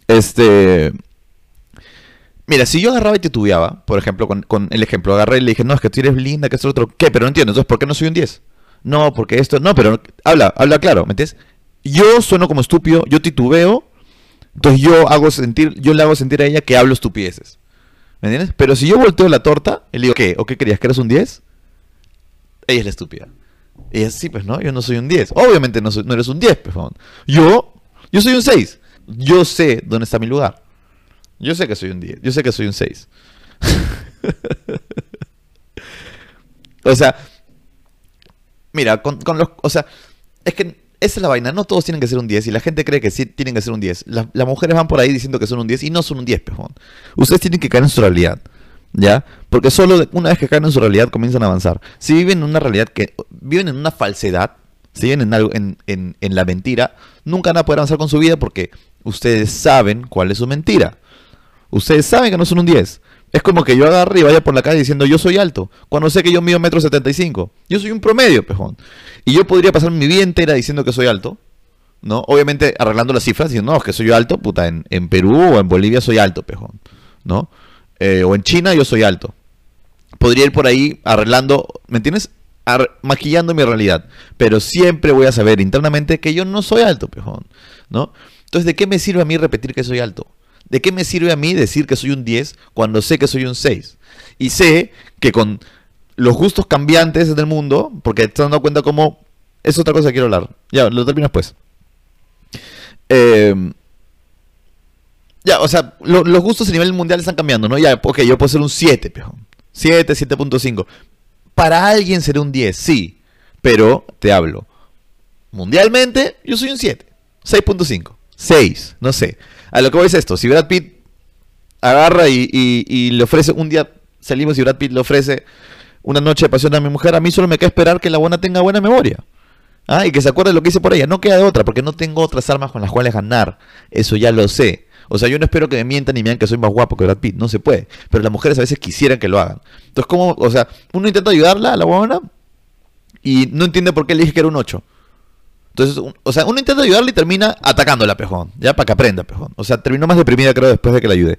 mira, si yo agarraba y titubeaba, por ejemplo, con el ejemplo, agarré y le dije, no, es que tú eres linda, que esto es otro. ¿Qué? Pero no entiendo, entonces, ¿por qué no soy un 10? No, porque esto, no, pero habla claro, ¿me entiendes? Yo sueno como estúpido, yo titubeo, entonces yo le hago sentir a ella que hablo estupideces. ¿Me entiendes? Pero si yo volteo la torta y le digo, ¿qué? ¿O qué querías? ¿Que eres un 10? Ella es la estúpida. Y ella, sí, pues no, yo no soy un 10. Obviamente no eres un 10, pues, yo soy un 6. Yo sé dónde está mi lugar. Yo sé que soy un 10. Yo sé que soy un 6. O sea, mira, o sea, es que esa es la vaina. No todos tienen que ser un 10 y la gente cree que sí tienen que ser un 10. Las mujeres van por ahí diciendo que son un 10 y no son un 10, pejón. Ustedes tienen que caer en su realidad, ¿ya? Porque solo una vez que caen en su realidad comienzan a avanzar. Si viven en una realidad viven en una falsedad, si viven en algo, en la mentira, nunca van a poder avanzar con su vida porque ustedes saben cuál es su mentira. Ustedes saben que no son un 10. Es como que yo agarre y vaya por la calle diciendo yo soy alto, cuando sé que yo mido 1,75 m. Yo soy un promedio, pejón. Y yo podría pasar mi vida entera diciendo que soy alto, ¿no? Obviamente arreglando las cifras, diciendo, no, es que soy yo alto, puta, en Perú o en Bolivia soy alto, pejón, ¿no? O en China yo soy alto. Podría ir por ahí arreglando, ¿me entiendes? Maquillando mi realidad. Pero siempre voy a saber internamente que yo no soy alto, pejón, ¿no? Entonces, ¿de qué me sirve a mí repetir que soy alto? ¿De qué me sirve a mí decir que soy un 10 cuando sé que soy un 6? Y sé que con los gustos cambiantes del mundo, porque te estás dando cuenta cómo... Es otra cosa que quiero hablar. Ya, lo termino después. Ya, o sea, los gustos a nivel mundial están cambiando, ¿no? Ya, ok, yo puedo ser un 7, pejón. 7, 7.5. Para alguien seré un 10, sí. Pero, te hablo. Mundialmente, yo soy un 7. 6.5. 6, no sé. A lo que voy es esto, si Brad Pitt agarra y le ofrece, un día salimos y Brad Pitt le ofrece una noche de pasión a mi mujer, a mí solo me queda esperar que la buena tenga buena memoria. ¿Ah? Y que se acuerde de lo que hice por ella. No queda de otra, porque no tengo otras armas con las cuales ganar. Eso ya lo sé. O sea, yo no espero que me mientan y me digan que soy más guapo que Brad Pitt. No se puede. Pero las mujeres a veces quisieran que lo hagan. Entonces, ¿cómo? O sea, uno intenta ayudarla a la buena y no entiende por qué le dije que era un 8. Entonces, o sea, uno intenta ayudarle y termina atacándola, pejón. Ya, para que aprenda, pejón. O sea, terminó más deprimida, creo, después de que la ayude.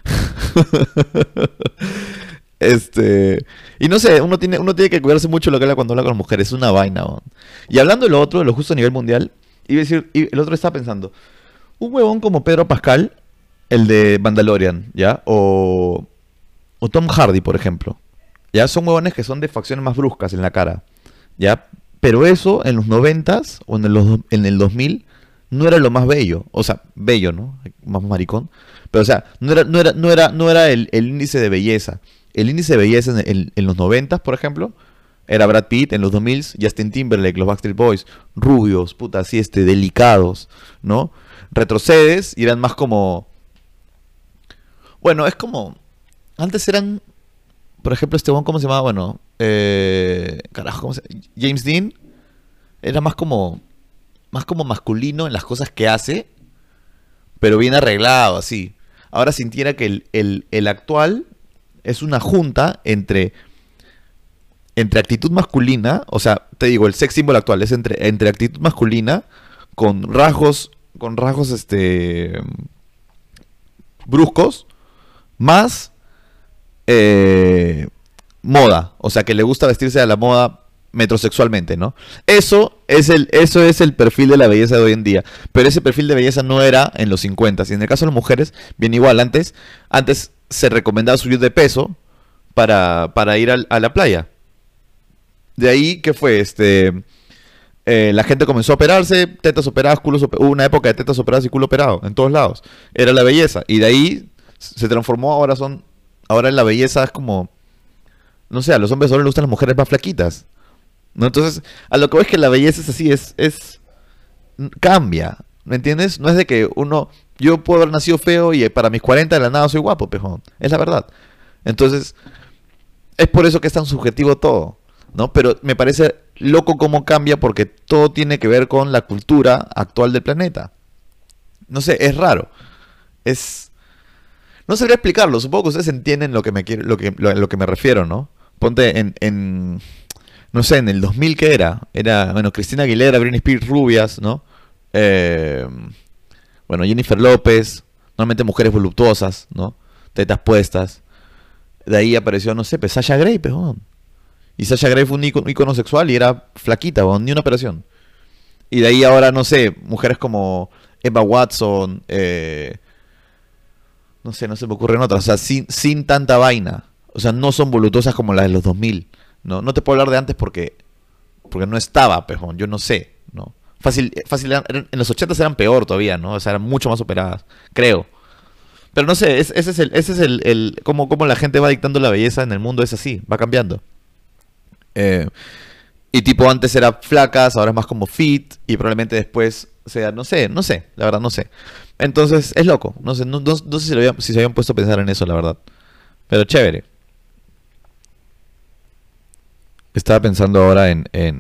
Y no sé, uno tiene que cuidarse mucho lo que habla cuando habla con las mujeres. Es una vaina, ¿no? Y hablando de lo otro, de lo justo a nivel mundial, iba a decir, y el otro estaba pensando, un huevón como Pedro Pascal, el de Mandalorian, ¿ya? O Tom Hardy, por ejemplo. Ya, son huevones que son de facciones más bruscas en la cara, ¿ya? Pero eso en los 90s o en el 2000 no era lo más bello. O sea, bello, ¿no? Más maricón. Pero o sea, no era el índice de belleza. El índice de belleza en los 90s, por ejemplo, era Brad Pitt. En los 2000s, Justin Timberlake, los Backstreet Boys, rubios, puta, así, delicados, ¿no? Retrocedes y eran más como... Bueno, es como... Antes eran... Por ejemplo, ¿cómo se llamaba? Bueno, carajo, ¿cómo se llama? James Dean era más como masculino en las cosas que hace, pero bien arreglado, así. Ahora sintiera que el actual es una junta entre actitud masculina, o sea, te digo, el sex symbol actual es entre actitud masculina con rasgos bruscos, más moda, o sea, que le gusta vestirse a la moda metrosexualmente, ¿no? Eso es el perfil de la belleza de hoy en día, pero ese perfil de belleza no era en los 50, y en el caso de las mujeres, bien igual, antes se recomendaba subir de peso para ir a la playa. De ahí, ¿qué fue? La gente comenzó a operarse, tetas operadas, culos operados. Hubo una época de tetas operadas y culo operado, en todos lados. Era la belleza, y de ahí se transformó, ahora la belleza es como, no sé, a los hombres ahora les gustan las mujeres más flaquitas, ¿no? Entonces, a lo que voy es que la belleza es así, cambia, ¿me entiendes? No es de que uno Yo puedo haber nacido feo y para mis 40 de la nada soy guapo, pejón. Es la verdad. Entonces, es por eso que es tan subjetivo todo, ¿no? Pero me parece loco cómo cambia porque todo tiene que ver con la cultura actual del planeta. No sé, es raro. Es... No sabría explicarlo. Supongo que ustedes entienden lo que me quiero, lo que me refiero, ¿no? Ponte no sé, en el 2000, ¿qué era? Era, bueno, Cristina Aguilera, Britney Spears, rubias, ¿no? Eh, bueno, Jennifer López, normalmente mujeres voluptuosas, ¿no? Tetas puestas. De ahí apareció, no sé, pues Sasha Grey, pejón. Y Sasha Grey fue un ícono sexual y era flaquita, weón, ni una operación. Y de ahí ahora, no sé, mujeres como Emma Watson, no sé, no se me ocurren otras, o sea, sin tanta vaina. O sea, no son voluptuosas como las de los 2000, ¿no? No te puedo hablar de antes porque no estaba, pejón, yo no sé, ¿no? Fácil, en los 80 eran peor todavía, ¿no? O sea, eran mucho más operadas, creo. Pero no sé, ese es cómo la gente va dictando la belleza en el mundo, es así, va cambiando. Eh, y tipo antes era flacas, ahora es más como fit, y probablemente después sea, no sé, la verdad no sé. Entonces es loco, no sé, no sé si se habían puesto a pensar en eso, la verdad. Pero chévere. Estaba pensando ahora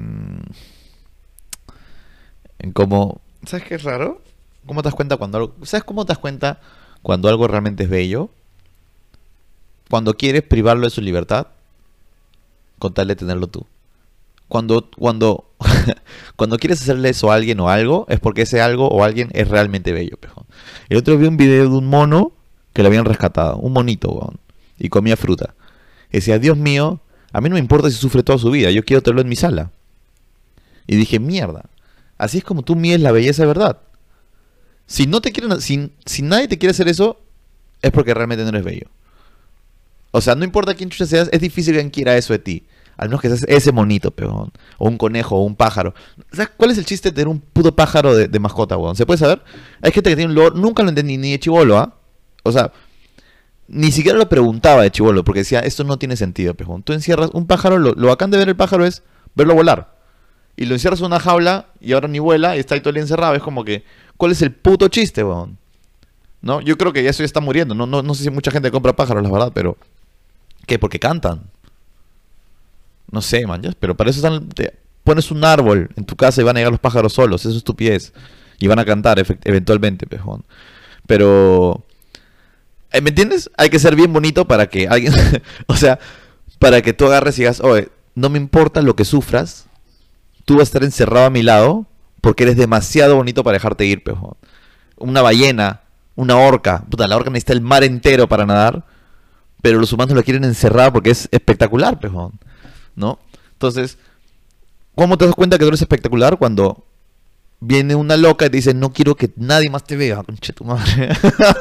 en cómo... ¿Sabes qué es raro? ¿Cómo te das cuenta cuando algo... ¿Sabes cómo te das cuenta cuando algo realmente es bello? Cuando quieres privarlo de su libertad, con tal de tenerlo tú. Cuando, cuando quieres hacerle eso a alguien o algo, es porque ese algo o alguien es realmente bello, pejón. El otro día vi un video de un mono que lo habían rescatado, un monito, weón, y comía fruta. Y decía, Dios mío, a mí no me importa si sufre toda su vida, yo quiero tenerlo en mi sala. Y dije, mierda, así es como tú mides la belleza de verdad. Si no te quieren, si nadie te quiere hacer eso, es porque realmente no eres bello. O sea, no importa quién chucha seas, es difícil que alguien quiera eso de ti. Al menos que seas ese monito, peón. O un conejo, o un pájaro. ¿Sabes cuál es el chiste de tener un puto pájaro de mascota, weón? ¿Se puede saber? Hay gente que tiene un loro, nunca lo entendí ni de chibolo, ¿ah? O sea, ni siquiera lo preguntaba de chibolo, porque decía, esto no tiene sentido, peón. Tú encierras un pájaro, lo bacán de ver el pájaro es verlo volar. Y lo encierras en una jaula y ahora ni vuela y está ahí todo el día encerrado. Es como que, ¿cuál es el puto chiste, weón? ¿No? Yo creo que eso ya está muriendo. No sé si mucha gente compra pájaros, la verdad, pero... ¿Qué? Porque cantan. No sé, man, ya, pero para eso pones un árbol en tu casa y van a llegar los pájaros solos, eso es estupidez. Y van a cantar eventualmente, pejón. Pero, ¿me entiendes? Hay que ser bien bonito para que alguien, o sea, para que tú agarres y digas, oye, no me importa lo que sufras, tú vas a estar encerrado a mi lado porque eres demasiado bonito para dejarte ir, pejón. Una ballena, una orca, puta, la orca necesita el mar entero para nadar, pero los humanos lo quieren encerrado porque es espectacular, pejón. ¿No? Entonces, ¿cómo te das cuenta que tú eres espectacular? Cuando viene una loca y te dice, no quiero que nadie más te vea, conche tu madre.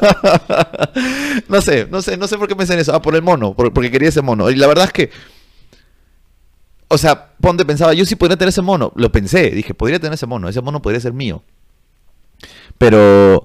No sé por qué pensé en eso. Ah, por el mono, porque quería ese mono. Y la verdad es que, o sea, pensaba, yo sí podría tener ese mono. Lo pensé, dije, podría tener ese mono podría ser mío. Pero,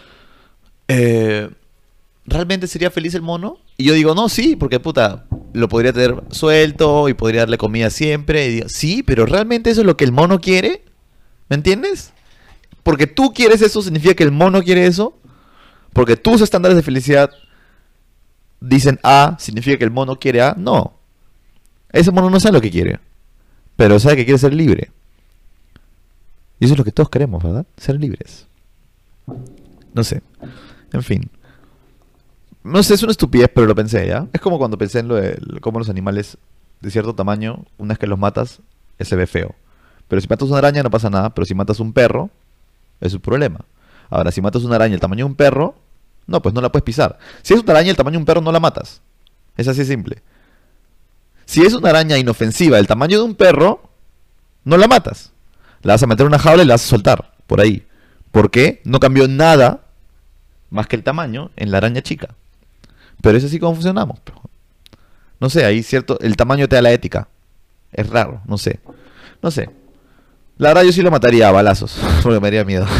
¿realmente sería feliz el mono? Y yo digo, no, sí, porque puta, lo podría tener suelto y podría darle comida siempre. Y digo, sí, pero ¿realmente eso es lo que el mono quiere? ¿Me entiendes? Porque tú quieres eso, ¿significa que el mono quiere eso? Porque tus estándares de felicidad dicen A, ¿significa que el mono quiere A? No. Ese mono no sabe lo que quiere, pero sabe que quiere ser libre. Y eso es lo que todos queremos, ¿verdad? Ser libres. No sé. En fin. No sé, es una estupidez, pero lo pensé, ¿ya? Es como cuando pensé en lo de cómo los animales de cierto tamaño, una vez que los matas, se ve feo. Pero si matas una araña no pasa nada, pero si matas un perro, es un problema. Ahora, si matas una araña del tamaño de un perro, no, pues no la puedes pisar. Si es una araña del tamaño de un perro, no la matas. Es así de simple. Si es una araña inofensiva del tamaño de un perro, no la matas. La vas a meter en una jaula y la vas a soltar, por ahí. ¿Por qué? No cambió nada más que el tamaño en la araña chica. Pero es así como funcionamos. No sé, ahí cierto, el tamaño te da la ética. Es raro, no sé. No sé. La verdad yo sí lo mataría a balazos, porque me haría miedo.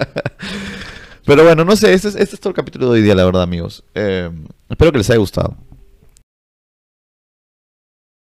Pero bueno, no sé, este es todo el capítulo de hoy día, la verdad, amigos. Espero que les haya gustado.